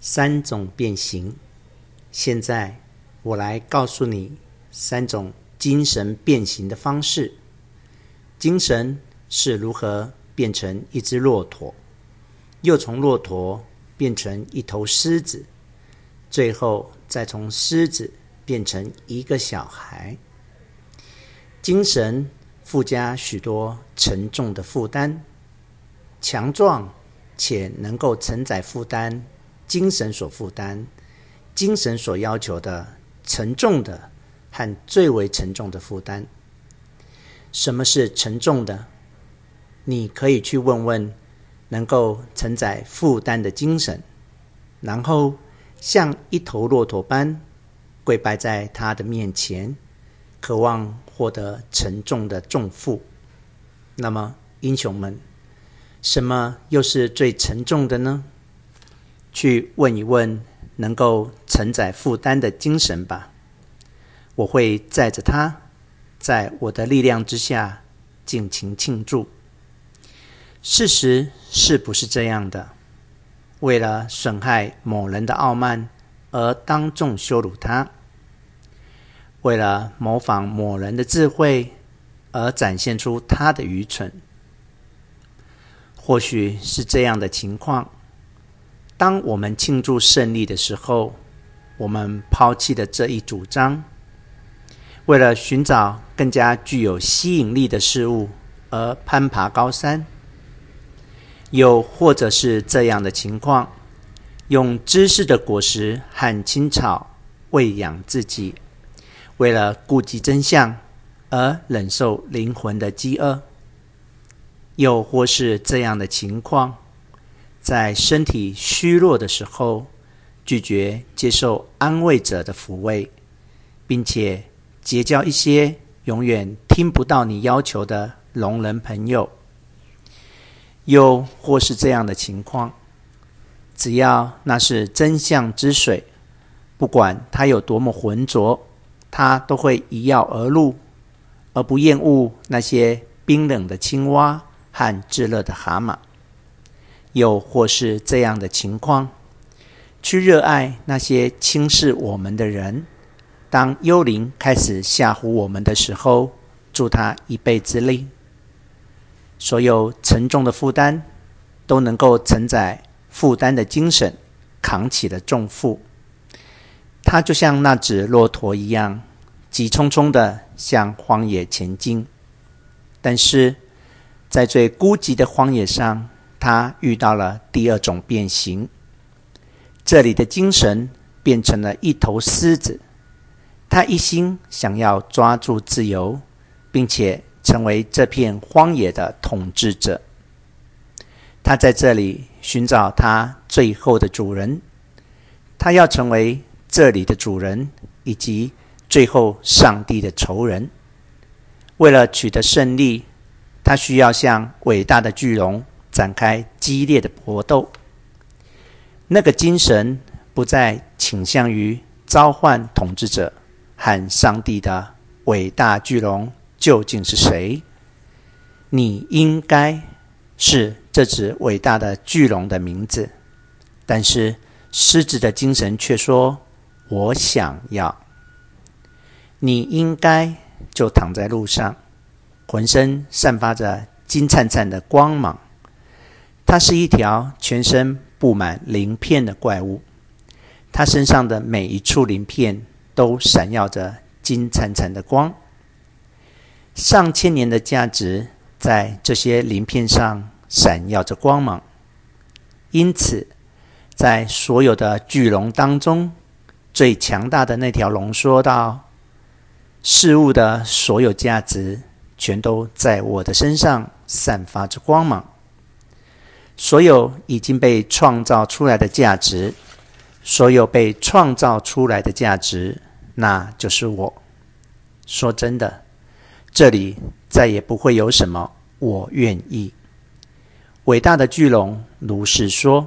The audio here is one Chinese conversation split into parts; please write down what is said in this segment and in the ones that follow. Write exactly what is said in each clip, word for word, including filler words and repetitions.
三种变形。现在我来告诉你三种精神变形的方式。精神是如何变成一只骆驼，又从骆驼变成一头狮子，最后再从狮子变成一个小孩。精神附加许多沉重的负担，强壮且能够承载负担精神所负担、精神所要求的沉重的和最为沉重的负担。什么是沉重的？你可以去问问能够承载负担的精神，然后像一头骆驼般跪拜在他的面前，渴望获得沉重的重负。那么英雄们，什么又是最沉重的呢？去问一问能够承载负担的精神吧。我会载着它，在我的力量之下尽情庆祝。事实是不是这样的？为了损害某人的傲慢而当众羞辱他，为了模仿某人的智慧而展现出他的愚蠢。或许是这样的情况，当我们庆祝胜利的时候，我们抛弃了这一主张，为了寻找更加具有吸引力的事物而攀爬高山。又或者是这样的情况，用知识的果实和青草喂养自己，为了顾及真相而忍受灵魂的饥饿。又或是这样的情况，在身体虚弱的时候，拒绝接受安慰者的抚慰，并且结交一些永远听不到你要求的聋人朋友。又或是这样的情况，只要那是真相之水，不管它有多么浑浊，它都会一跃而入，而不厌恶那些冰冷的青蛙和炙热的蛤蟆。又或是这样的情况，去热爱那些轻视我们的人，当幽灵开始吓唬我们的时候，助他一臂之力。所有沉重的负担都能够承载负担的精神，扛起了重负。它就像那只骆驼一样，急匆匆地向荒野前进。但是在最孤寂的荒野上，他遇到了第二种变形。这里的精神变成了一头狮子，他一心想要抓住自由，并且成为这片荒野的统治者。他在这里寻找他最后的主人，他要成为这里的主人，以及最后上帝的仇人。为了取得胜利，他需要向伟大的巨龙展开激烈的搏斗。那个精神不再倾向于召唤统治者和上帝的伟大巨龙究竟是谁？你应该是这只伟大的巨龙的名字。但是狮子的精神却说，我想要。你应该就躺在路上，浑身散发着金灿灿的光芒。它是一条全身布满鳞片的怪物，它身上的每一处鳞片都闪耀着金灿灿的光。上千年的价值在这些鳞片上闪耀着光芒。因此在所有的巨龙当中，最强大的那条龙说道，事物的所有价值全都在我的身上散发着光芒。所有已经被创造出来的价值，所有被创造出来的价值，那就是我。说真的，这里再也不会有什么我愿意。伟大的巨龙如是说。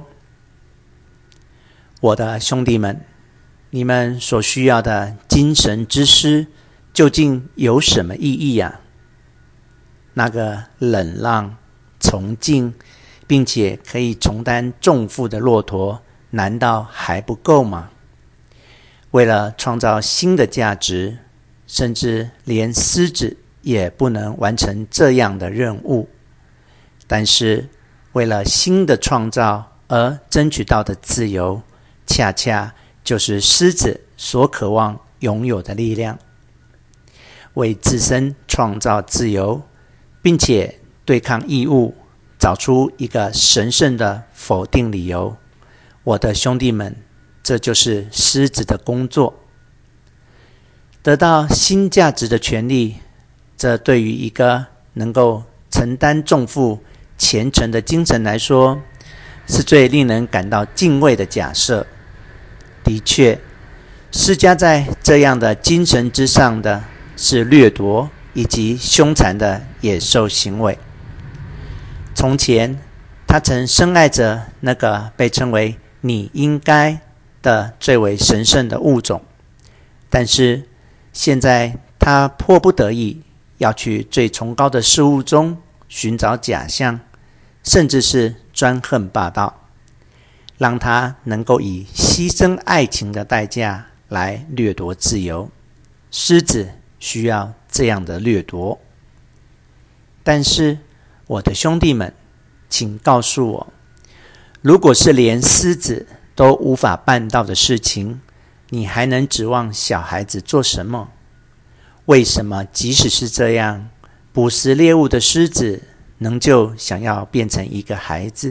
我的兄弟们，你们所需要的精神之师究竟有什么意义啊？那个冷浪、崇敬并且可以承担重负的骆驼难道还不够吗？为了创造新的价值，甚至连狮子也不能完成这样的任务。但是为了新的创造而争取到的自由，恰恰就是狮子所渴望拥有的力量。为自身创造自由，并且对抗义务，找出一个神圣的否定理由，我的兄弟们，这就是狮子的工作。得到新价值的权利，这对于一个能够承担重负、虔诚的精神来说，是最令人感到敬畏的假设。的确，施加在这样的精神之上的是掠夺以及凶残的野兽行为。从前，他曾深爱着那个被称为你应该的最为神圣的物种，但是现在他迫不得已要去最崇高的事物中寻找假象，甚至是专横霸道，让他能够以牺牲爱情的代价来掠夺自由。狮子需要这样的掠夺。但是我的兄弟们，请告诉我，如果是连狮子都无法办到的事情，你还能指望小孩子做什么？为什么即使是这样，捕食猎物的狮子仍旧想要变成一个孩子？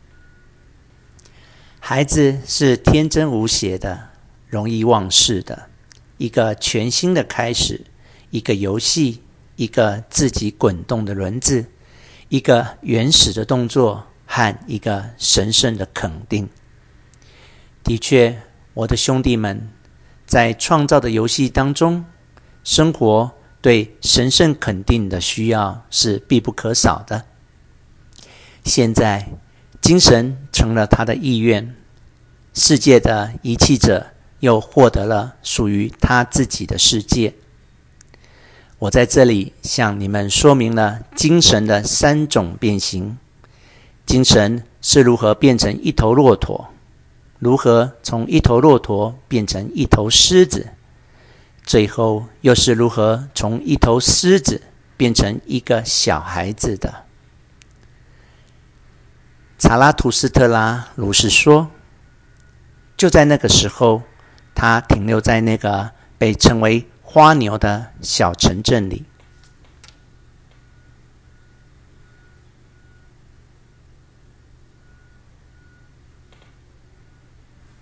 孩子是天真无邪的，容易忘事的，一个全新的开始，一个游戏，一个自己滚动的轮子，一个原始的动作和一个神圣的肯定。的确，我的兄弟们，在创造的游戏当中，生活对神圣肯定的需要是必不可少的。现在，精神成了他的意愿，世界的遗弃者又获得了属于他自己的世界。我在这里向你们说明了精神的三种变形。精神是如何变成一头骆驼，如何从一头骆驼变成一头狮子，最后又是如何从一头狮子变成一个小孩子的。查拉图斯特拉如是说。就在那个时候，他停留在那个被称为花牛的小城镇里。